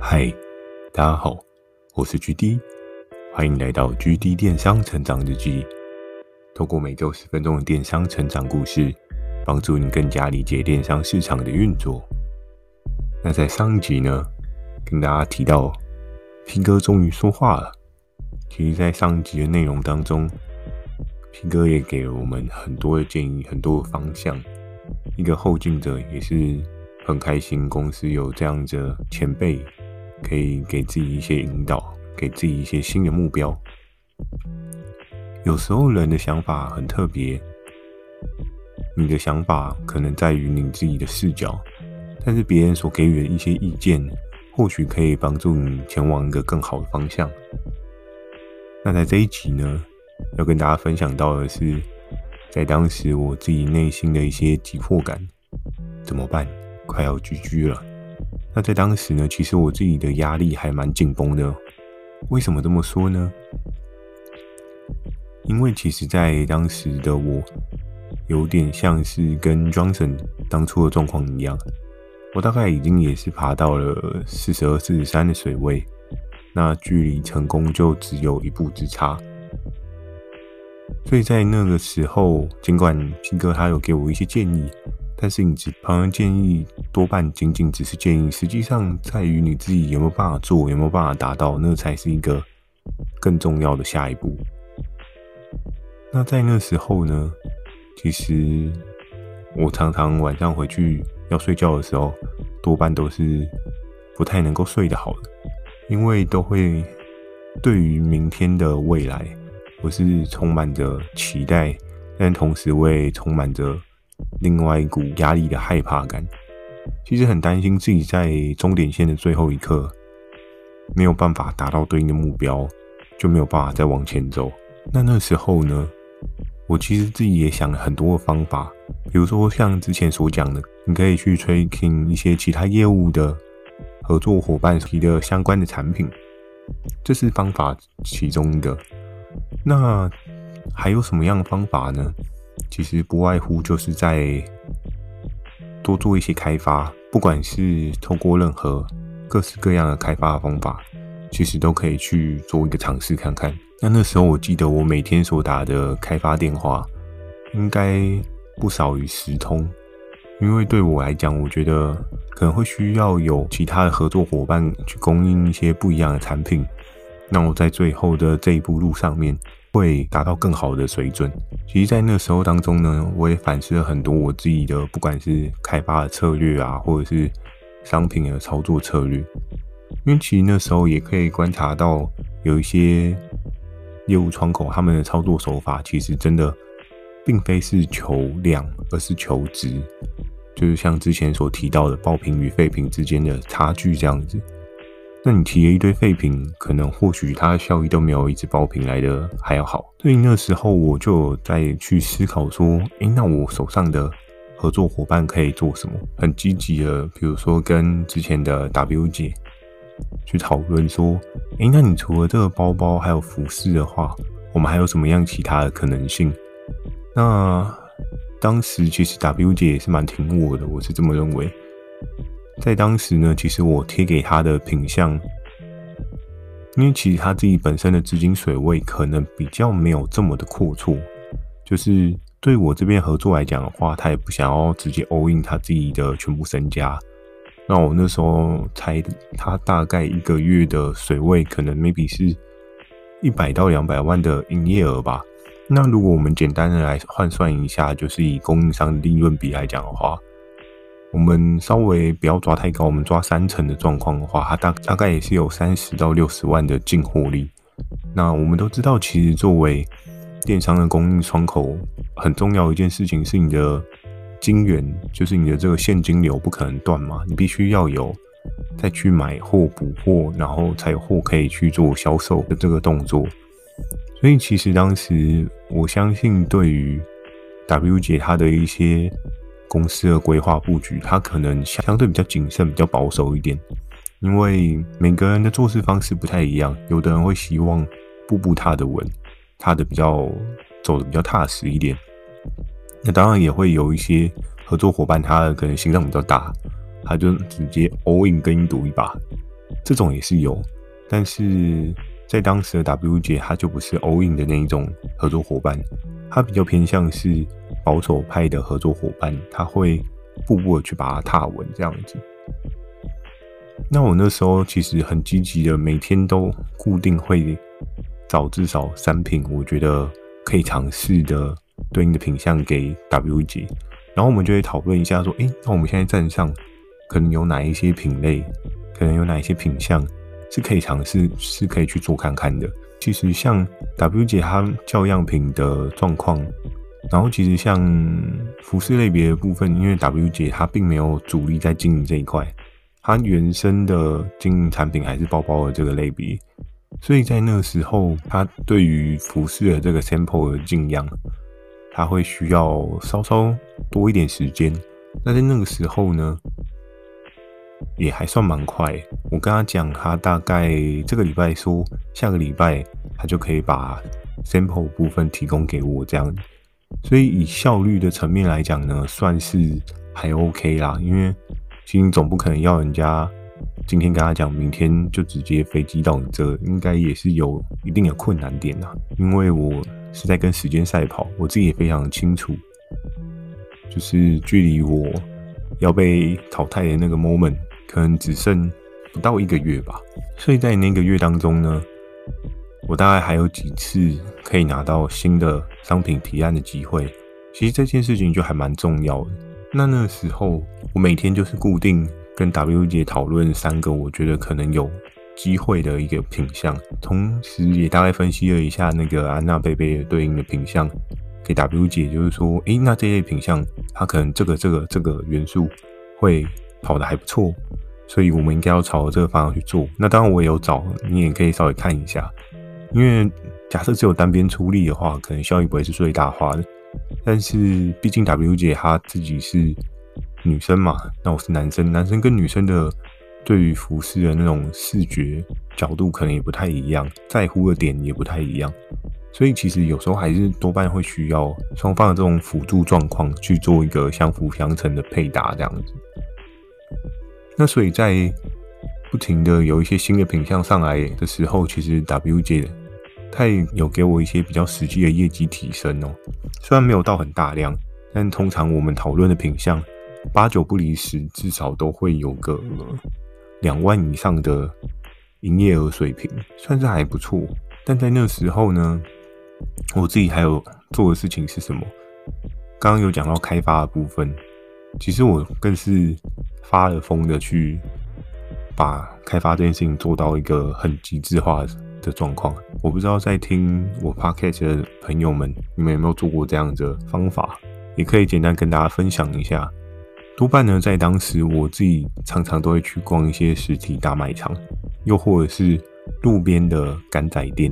嗨，大家好，我是 GD， 欢迎来到 GD 电商成长日记。透过每周10分钟的电商成长故事，帮助你更加理解电商市场的运作。那在上一集呢，跟大家提到P哥终于说话了。其实在上一集的内容当中，P哥也给了我们很多的建议，很多的方向。一个后进者也是很开心，公司有这样的前辈可以给自己一些引导，给自己一些新的目标。有时候人的想法很特别，你的想法可能在于你自己的视角，但是别人所给予的一些意见，或许可以帮助你前往一个更好的方向。那在这一集呢，要跟大家分享到的是，在当时我自己内心的一些急迫感，怎么办？快要GG了。那在当时呢，其实我自己的压力还蛮紧绷的。为什么这么说呢？因为其实在当时的我，有点像是跟 Johnson 当初的状况一样，我大概已经也是爬到了42、43的水位，那距离成功就只有一步之差。所以在那个时候，尽管P哥他有给我一些建议，但是旁人建议多半仅仅只是建议，实际上在于你自己有没有办法做，有没有办法达到，那才是一个更重要的下一步。那在那时候呢，其实我常常晚上回去要睡觉的时候，多半都是不太能够睡得好的，因为都会对于明天的未来，我是充满着期待，但同时我也充满着另外一股压力的害怕感。其实很担心自己在终点线的最后一刻没有办法达到对应的目标，就没有办法再往前走。那时候呢，我其实自己也想了很多的方法，比如说像之前所讲的，你可以去tracking一些其他业务的合作伙伴提的相关的产品，这是方法其中一个。那还有什么样的方法呢？其实不外乎就是在多做一些开发，不管是透过任何各式各样的开发的方法，其实都可以去做一个尝试看看。那时候我记得我每天所打的开发电话应该不少于10通，因为对我来讲，我觉得可能会需要有其他的合作伙伴去供应一些不一样的产品，那我在最后的这一步路上面会达到更好的水准。其实在那时候当中呢，我也反思了很多我自己的不管是开发的策略啊，或者是商品的操作策略。因为其实那时候也可以观察到有一些业务窗口他们的操作手法其实真的并非是求量，而是求质，就是像之前所提到的爆品与废品之间的差距这样子。那你提了一堆废品，可能或许它的效益都没有一支爆品来的还要好。所以那时候我就在去思考说，那我手上的合作伙伴可以做什么？很积极的，比如说跟之前的 W 姐去讨论说，那你除了这个包包还有服饰的话，我们还有什么样其他的可能性？那当时其实 W 姐也是蛮挺我的，我是这么认为。在当时呢，其实我贴给他的品项，因为其实他自己本身的资金水位可能比较没有这么的阔绰，就是对我这边合作来讲的话，他也不想要直接 all in 他自己的全部身家。那我那时候猜他大概一个月的水位可能 maybe 是100到200万的营业额吧。那如果我们简单的来换算一下，就是以供应商的利润比来讲的话，我们稍微不要抓太高，我们抓30%的状况的话，它大概也是有30到60万的净获利。那我们都知道，其实作为电商的供应窗口，很重要的一件事情是你的金源，就是你的这个现金流不可能断嘛，你必须要有再去买货补货，然后才有货可以去做销售的这个动作。所以其实当时我相信，对于 W 姐她的一些公司的规划布局，它可能相对比较谨慎，比较保守一点，因为每个人的做事方式不太一样，有的人会希望步步踏得稳，踏得走得比较踏实一点。那当然也会有一些合作伙伴，他可能心脏比较大，他就直接 all in 跟你赌一把。 这种也是有，但是在当时的 WJ 它就不是 all in 的那一种合作伙伴，它比较偏向是保守派的合作伙伴，他会步步的去把它踏稳这样子。那我那时候其实很积极的，每天都固定会找至少3瓶我觉得可以尝试的对应的品项给 WJ， 然后我们就会讨论一下说，那我们现在站上可能有哪一些品类，可能有哪一些品项是可以尝试，是可以去做看看的。其实像 WJ 它教样品的状况，然后其实像服饰类别的部分，因为 WJ 它并没有主力在经营这一块，它原生的经营产品还是包包的这个类别，所以在那个时候，它对于服饰的这个 sample 的进样，它会需要稍稍多一点时间。那在那个时候呢，也还算蛮快。我跟他讲，他大概这个礼拜说，下个礼拜他就可以把 sample 部分提供给我这样。所以以效率的层面来讲呢，算是还 OK 啦。因为其实你总不可能要人家今天跟他讲，明天就直接飞机到你这，应该也是有一定的困难点啦。因为我是在跟时间赛跑，我自己也非常清楚，就是距离我要被淘汰的那个 moment 可能只剩不到1个月吧。所以在那个月当中呢，我大概还有几次可以拿到新的商品提案的机会。其实这件事情就还蛮重要的。那时候我每天就是固定跟 WJ 讨论3个我觉得可能有机会的一个品项，同时也大概分析了一下那个安娜贝贝的对应的品项给 WJ， 就是说那这类品项它可能这个元素会跑得还不错，所以我们应该要朝这个方向去做。那当然我也有找，你也可以稍微看一下，因为假设只有单边出力的话，可能效益不会是最大化的。但是毕竟 WJ 她自己是女生嘛，那我是男生，男生跟女生的对于服饰的那种视觉角度可能也不太一样，在乎的点也不太一样，所以其实有时候还是多半会需要双方的这种辅助状况去做一个相辅相成的配搭这样子。那所以在不停的有一些新的品项上来的时候，其实 WJ 它也有给我一些比较实际的业绩提升哦。虽然没有到很大量，但通常我们讨论的品项8、9不离10，至少都会有个2万以上的营业额水平，算是还不错。但在那时候呢，我自己还有做的事情是什么？刚刚有讲到开发的部分，其实我更是发了疯的去把开发这件事情做到一个很极致化的状况。我不知道在听我 podcast 的朋友们，你们有没有做过这样的方法？也可以简单跟大家分享一下。多半呢，在当时我自己常常都会去逛一些实体大卖场，又或者是路边的干仔店。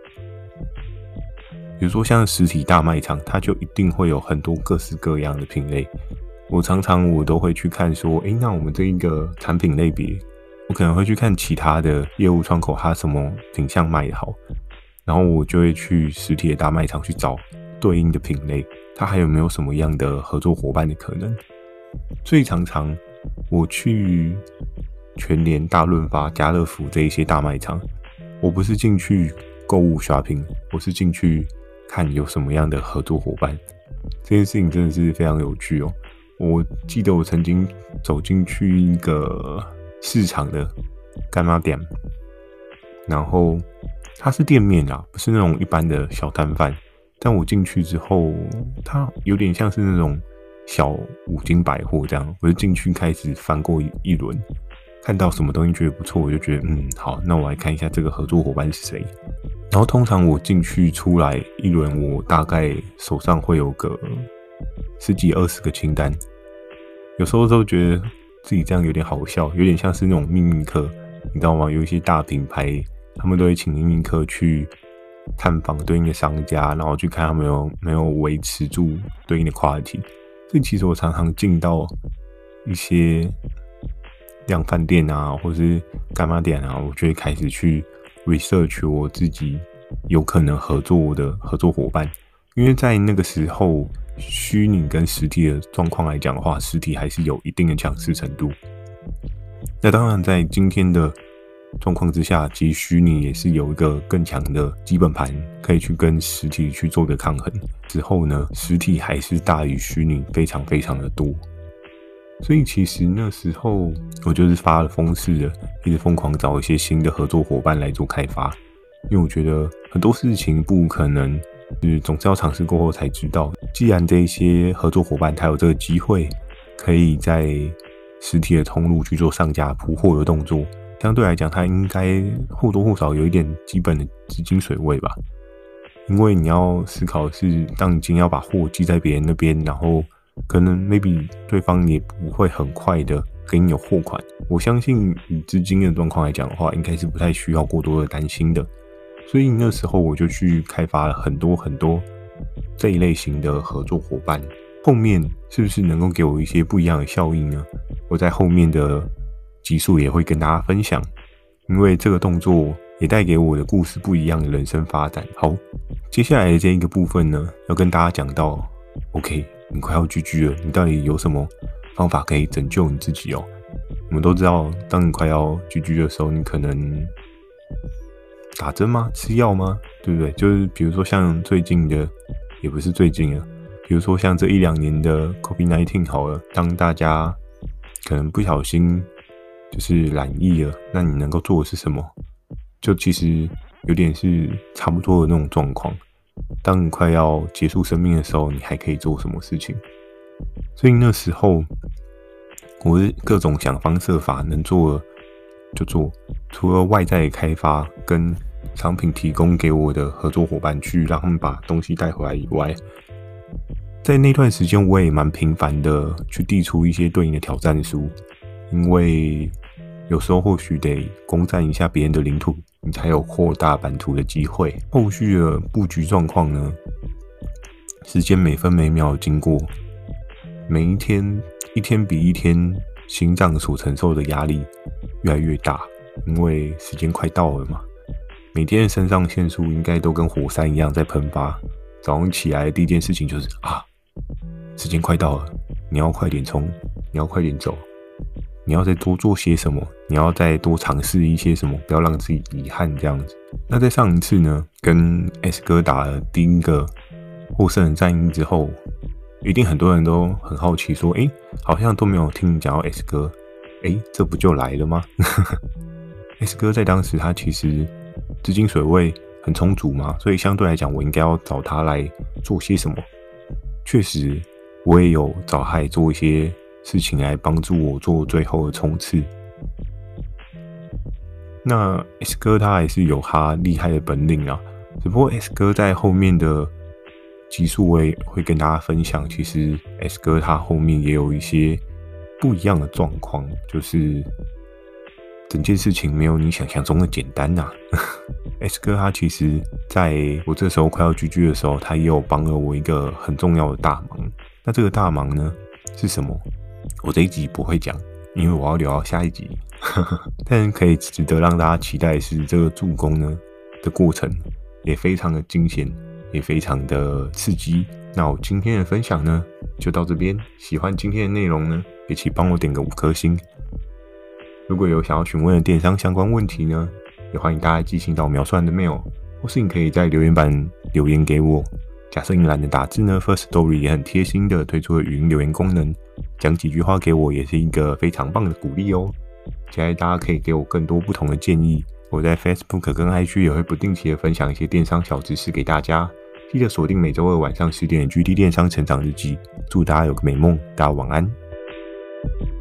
比如说像实体大卖场，它就一定会有很多各式各样的品类。我常常都会去看说，那我们这一个产品类别，我可能会去看其他的业务窗口它什么品项卖得好，然后我就会去实体的大卖场去找对应的品类，它还有没有什么样的合作伙伴的可能。最常常我去全联、大润发、家乐福这一些大卖场，我不是进去购物 shopping， 我是进去看有什么样的合作伙伴。这件事情真的是非常有趣哦。我记得我曾经走进去一个市场的干妈店，然后它是店面啦，不是那种一般的小摊贩。但我进去之后，它有点像是那种小五金百货这样，我就进去开始翻过一轮，看到什么东西觉得不错，我就觉得好，那我来看一下这个合作伙伴是谁。然后通常我进去出来一轮，我大概手上会有个10几20个清单，有时候都觉得自己这样有点好笑，有点像是那种秘密客，你知道吗？有一些大品牌，他们都会请秘密客去探访对应的商家，然后去看他们有没有维持住对应的 quality。所以其实我常常进到一些量贩店啊，或是干妈店啊，我就会开始去 research 我自己有可能合作的合作伙伴。因为在那个时候，虚拟跟实体的状况来讲的话，实体还是有一定的强势程度。那当然，在今天的状况之下，其实虚拟也是有一个更强的基本盘，可以去跟实体去做个抗衡。之后呢，实体还是大于虚拟非常非常的多。所以其实那时候我就是发了疯似的，一直疯狂找一些新的合作伙伴来做开发，因为我觉得很多事情不可能是总是要尝试过后才知道。既然这一些合作伙伴他有这个机会，可以在实体的通路去做上架铺货的动作，相对来讲，他应该或多或少有一点基本的资金水位吧。因为你要思考的是，当你今天要把货寄在别人那边，然后可能 maybe 对方也不会很快的给你有货款。我相信以资金的状况来讲的话，应该是不太需要过多的担心的。所以那时候我就去开发了很多这一类型的合作伙伴。后面是不是能够给我一些不一样的效应呢？我在后面的集数也会跟大家分享，因为这个动作也带给我的故事不一样的人生发展。好，接下来的这一个部分呢，要跟大家讲到 OK， 你快要 GG 了，你到底有什么方法可以拯救你自己哦？我们都知道，当你快要 GG 的时候，你可能打针吗？吃药吗？对不对？就是比如说像最近的，也不是最近了，比如说像这1-2年的 COVID-19 好了，当大家可能不小心就是染疫了，那你能够做的是什么？就其实有点是差不多的那种状况。当你快要结束生命的时候，你还可以做什么事情？所以那时候我是各种想方设法能做的就做，除了外在的开发跟商品提供给我的合作伙伴去让他们把东西带回来以外，在那段时间我也蛮频繁的去递出一些对应的挑战书，因为有时候或许得攻占一下别人的领土，你才有扩大版图的机会。后续的布局状况呢，时间每分每秒经过，每一天比一天心脏所承受的压力越来越大，因为时间快到了嘛。每天的肾上腺素应该都跟火山一样在喷发，早上起来的第一件事情就是时间快到了，你要快点冲，你要快点走，你要再多做些什么，你要再多尝试一些什么，不要让自己遗憾这样子。那在上一次呢，跟 S 哥打了第一个获胜的战役之后，一定很多人都很好奇说，好像都没有听你讲到 S 哥，这不就来了吗？S 哥在当时他其实资金水位很充足嘛，所以相对来讲，我应该要找他来做些什么。确实，我也有找他来做一些事情来帮助我做最后的冲刺。那 S 哥他还是有他厉害的本领啊，只不过 S 哥在后面的集数我也会跟大家分享，其实 S 哥他后面也有一些不一样的状况，就是整件事情没有你想象中的简单啊。S 哥他其实在我这时候快要 GG 的时候，他也有帮了我一个很重要的大忙。那这个大忙呢是什么？我这一集不会讲，因为我要留到下一集。但可以值得让大家期待的是，这个助攻呢的过程也非常的惊险，也非常的刺激。那我今天的分享呢就到这边，喜欢今天的内容呢，也请帮我点个5颗星。如果有想要询问的电商相关问题呢，也欢迎大家寄信到描述栏的 mail， 或是你可以在留言板留言给我。假设你懒得打字呢， Firstory 也很贴心的推出了语音留言功能，讲几句话给我也是一个非常棒的鼓励哦。期待大家可以给我更多不同的建议，我在 Facebook 跟 IG 也会不定期的分享一些电商小知识给大家。记得锁定每周二晚上10点的 GD 电商成长日记。祝大家有个美梦，大家晚安。